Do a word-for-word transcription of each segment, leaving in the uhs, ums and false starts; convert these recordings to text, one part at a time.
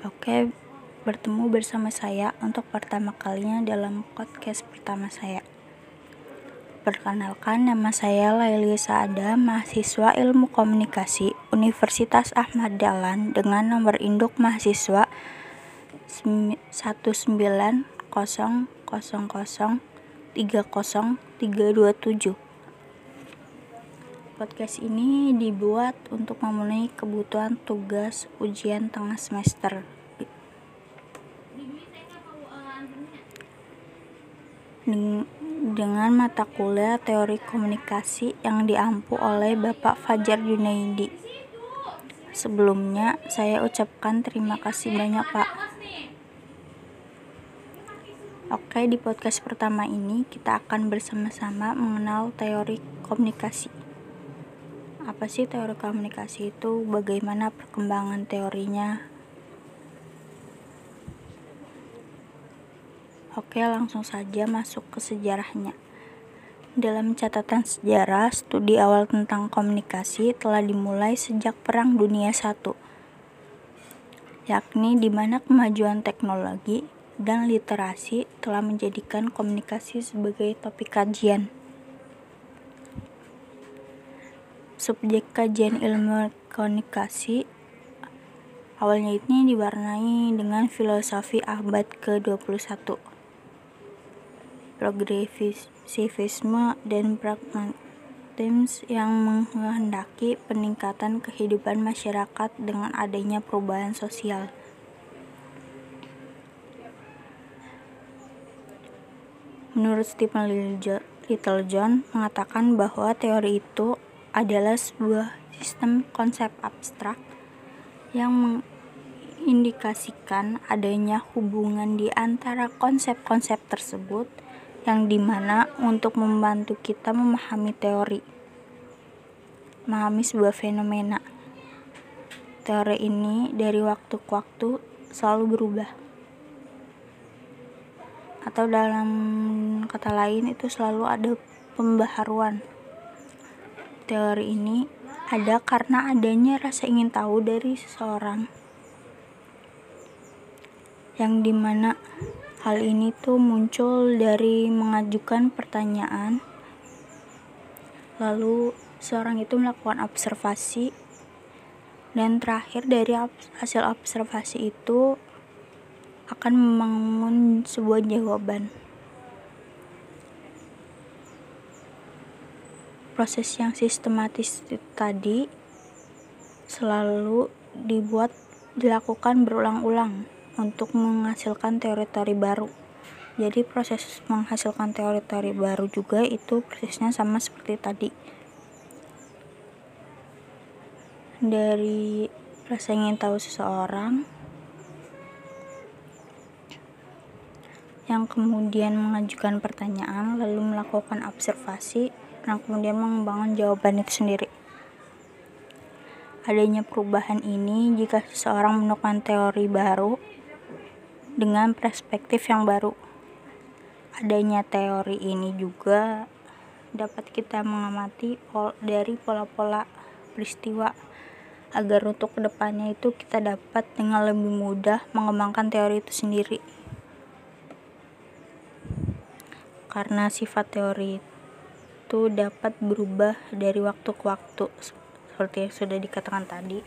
Oke, bertemu bersama saya untuk pertama kalinya dalam podcast pertama saya. Perkenalkan, nama saya Laili Saada, mahasiswa Ilmu Komunikasi Universitas Ahmad Dahlan dengan nomor induk mahasiswa satu sembilan nol nol nol tiga nol tiga dua tujuh. Podcast ini dibuat untuk memenuhi kebutuhan tugas ujian tengah semester. Dengan mata kuliah teori komunikasi yang diampu oleh Bapak Fajar Junaidi. Sebelumnya, saya ucapkan terima kasih banyak, Pak. Oke, di podcast pertama ini kita akan bersama-sama mengenal teori komunikasi. Apa sih teori komunikasi itu? Bagaimana perkembangan teorinya? Oke, langsung saja masuk ke sejarahnya. Dalam catatan sejarah, studi awal tentang komunikasi telah dimulai sejak Perang Dunia Satu, yakni di mana kemajuan teknologi dan literasi telah menjadikan komunikasi sebagai topik kajian. Subjek kajian ilmu komunikasi awalnya ini diwarnai dengan filosofi abad ke dua puluh satu, progresivisme dan pragmatisme yang menghendaki peningkatan kehidupan masyarakat dengan adanya perubahan sosial. Menurut Stephen Littlejohn mengatakan bahwa teori itu adalah sebuah sistem konsep abstrak yang mengindikasikan adanya hubungan di antara konsep-konsep tersebut, yang dimana untuk membantu kita memahami teori, memahami sebuah fenomena. Teori ini dari waktu ke waktu selalu berubah, atau dalam kata lain itu selalu ada pembaharuan. Teori ini ada karena adanya rasa ingin tahu dari seseorang, yang dimana hal ini tuh muncul dari mengajukan pertanyaan, lalu seorang itu melakukan observasi, dan terakhir dari hasil observasi itu akan membangun sebuah jawaban. Proses yang sistematis tadi selalu dibuat dilakukan berulang-ulang untuk menghasilkan teori-teori baru. Jadi proses menghasilkan teori-teori baru juga itu prosesnya sama seperti tadi. Dari rasa ingin tahu seseorang yang kemudian mengajukan pertanyaan, lalu melakukan observasi, dan kemudian membangun jawaban itu sendiri. Adanya perubahan ini jika seseorang menemukan teori baru dengan perspektif yang baru. Adanya teori ini juga dapat kita mengamati pol- dari pola-pola peristiwa, agar untuk kedepannya itu kita dapat dengan lebih mudah mengembangkan teori itu sendiri. Karena sifat teori itu dapat berubah dari waktu ke waktu, seperti yang sudah dikatakan tadi.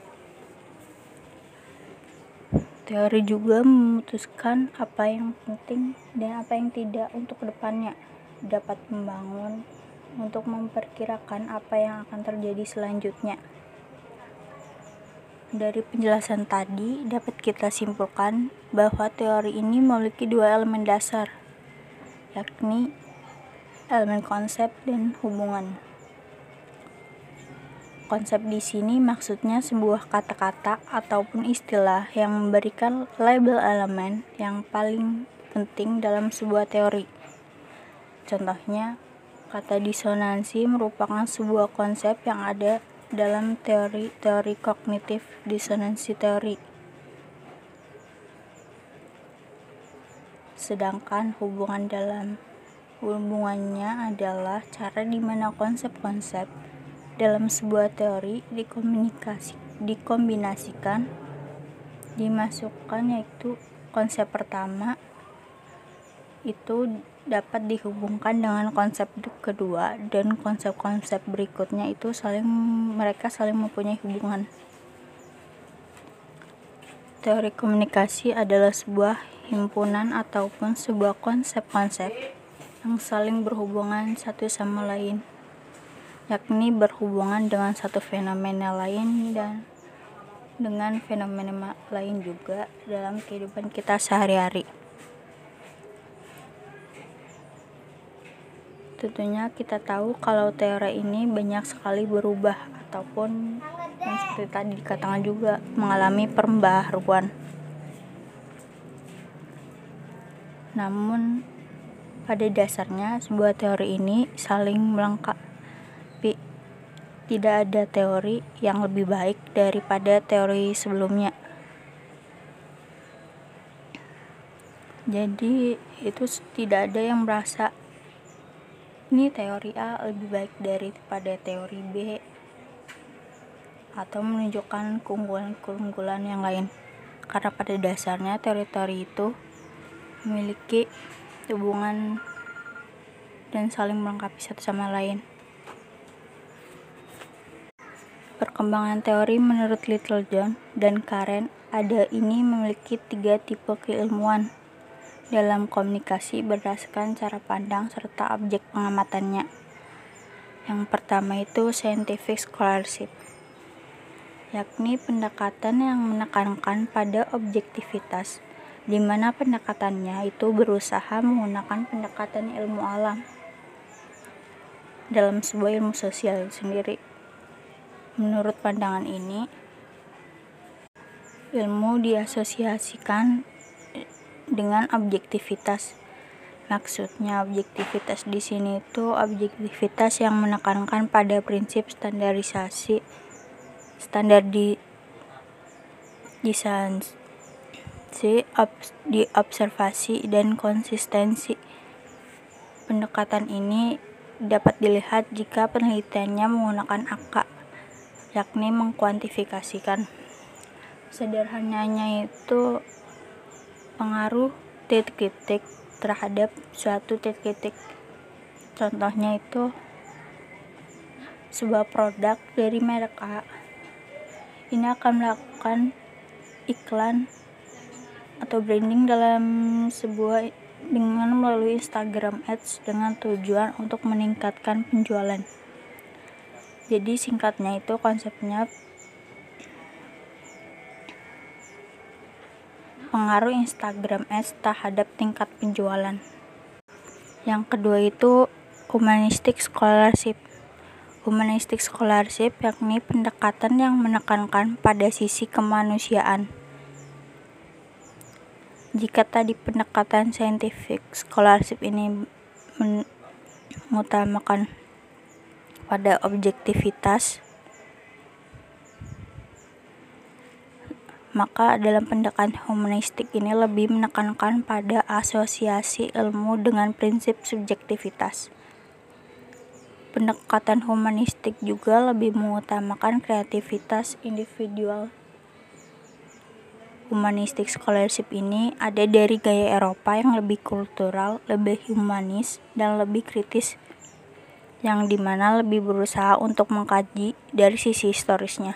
Teori juga memutuskan apa yang penting dan apa yang tidak untuk kedepannya, dapat membangun untuk memperkirakan apa yang akan terjadi selanjutnya. Dari penjelasan tadi dapat kita simpulkan bahwa teori ini memiliki dua elemen dasar, yakni elemen konsep dan hubungan. Konsep di sini maksudnya sebuah kata-kata ataupun istilah yang memberikan label elemen yang paling penting dalam sebuah teori. Contohnya, kata disonansi merupakan sebuah konsep yang ada dalam teori teori kognitif disonansi teori. Sedangkan hubungan dalam hubungannya adalah cara di mana konsep-konsep dalam sebuah teori dikomunikasi, dikombinasikan dimasukkan, yaitu konsep pertama itu dapat dihubungkan dengan konsep kedua, dan konsep-konsep berikutnya itu saling mereka saling mempunyai hubungan. Teori komunikasi adalah sebuah himpunan ataupun sebuah konsep-konsep yang saling berhubungan satu sama lain, yakni berhubungan dengan satu fenomena lain dan dengan fenomena lain juga dalam kehidupan kita sehari-hari. Tentunya kita tahu kalau teori ini banyak sekali berubah ataupun yang seperti tadi dikatakan juga mengalami pembaharuan. Namun pada dasarnya sebuah teori ini saling melengkapi. Tidak ada teori yang lebih baik daripada teori sebelumnya. Jadi itu tidak ada yang merasa ini teori A lebih baik daripada teori B atau menunjukkan keunggulan-keunggulan yang lain, karena pada dasarnya teori-teori itu memiliki hubungan dan saling melengkapi satu sama lain. Perkembangan teori menurut Littlejohn dan Karen ada ini memiliki tiga tipe keilmuan dalam komunikasi berdasarkan cara pandang serta objek pengamatannya. Yang pertama itu scientific scholarship, yakni pendekatan yang menekankan pada objektivitas, di mana pendekatannya itu berusaha menggunakan pendekatan ilmu alam dalam sebuah ilmu sosial sendiri. Menurut pandangan ini, ilmu diasosiasikan dengan objektivitas. Maksudnya objektivitas di sini itu objektivitas yang menekankan pada prinsip standarisasi, standarisasi, diobservasi, dan konsistensi. Pendekatan ini dapat dilihat jika penelitiannya menggunakan angka, yakni mengkuantifikasikan. Sederhananya itu pengaruh titik-titik terhadap suatu titik-titik. Contohnya itu sebuah produk dari merek A ini akan melakukan iklan atau branding dalam sebuah dengan melalui Instagram Ads dengan tujuan untuk meningkatkan penjualan. Jadi singkatnya itu konsepnya pengaruh Instagram Ads terhadap tingkat penjualan. Yang kedua itu humanistic scholarship. Humanistic scholarship yakni pendekatan yang menekankan pada sisi kemanusiaan. Jika tadi pendekatan scientific scholarship ini mengutamakan pada objektivitas, maka dalam pendekatan humanistik ini lebih menekankan pada asosiasi ilmu dengan prinsip subjektivitas. Pendekatan humanistik juga lebih mengutamakan kreativitas individual. Humanistic scholarship ini ada dari gaya Eropa yang lebih kultural, lebih humanis, dan lebih kritis, yang dimana lebih berusaha untuk mengkaji dari sisi historisnya.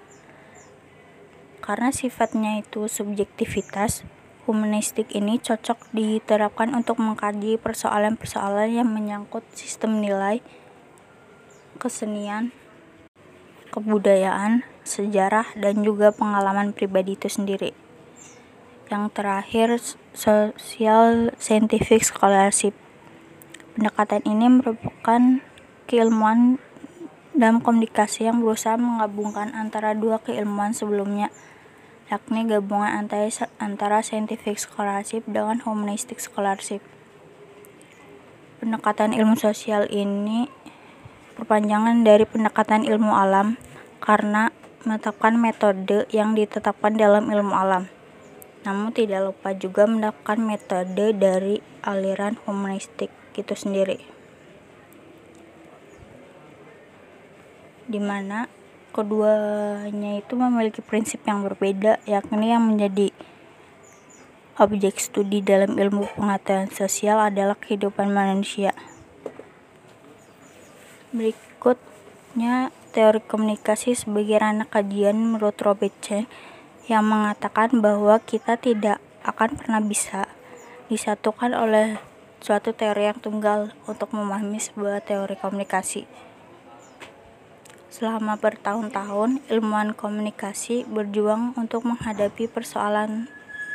Karena sifatnya itu subjektivitas, humanistik ini cocok diterapkan untuk mengkaji persoalan-persoalan yang menyangkut sistem nilai, kesenian, kebudayaan, sejarah, dan juga pengalaman pribadi itu sendiri. Yang terakhir, social scientific scholarship. Pendekatan ini merupakan keilmuan dalam komunikasi yang berusaha menggabungkan antara dua keilmuan sebelumnya, yakni gabungan antara, antara scientific scholarship dengan humanistic scholarship. Pendekatan ilmu sosial ini perpanjangan dari pendekatan ilmu alam karena menetapkan metode yang ditetapkan dalam ilmu alam. Namun tidak lupa juga menetapkan metode dari aliran humanistik itu sendiri. Di mana keduanya itu memiliki prinsip yang berbeda, yakni yang menjadi objek studi dalam ilmu pengetahuan sosial adalah kehidupan manusia. Berikutnya teori komunikasi sebagai ranah kajian menurut Robert Chen, yang mengatakan bahwa kita tidak akan pernah bisa disatukan oleh suatu teori yang tunggal untuk memahami sebuah teori komunikasi. Selama bertahun-tahun, ilmuwan komunikasi berjuang untuk menghadapi persoalan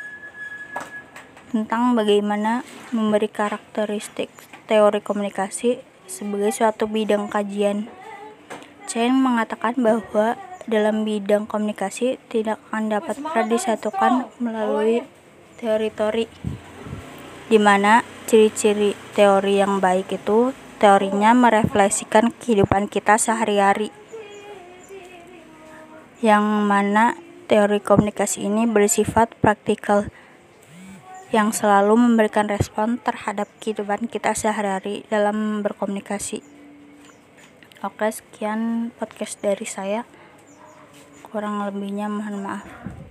tentang bagaimana memberi karakteristik teori komunikasi sebagai suatu bidang kajian. Chen mengatakan bahwa dalam bidang komunikasi tidak akan dapat pernah disatukan melalui teori-teori, di mana ciri-ciri teori yang baik itu teorinya merefleksikan kehidupan kita sehari-hari, yang mana teori komunikasi ini bersifat praktikal, yang selalu memberikan respon terhadap kehidupan kita sehari-hari dalam berkomunikasi. Oke, sekian podcast dari saya. Kurang lebihnya mohon maaf.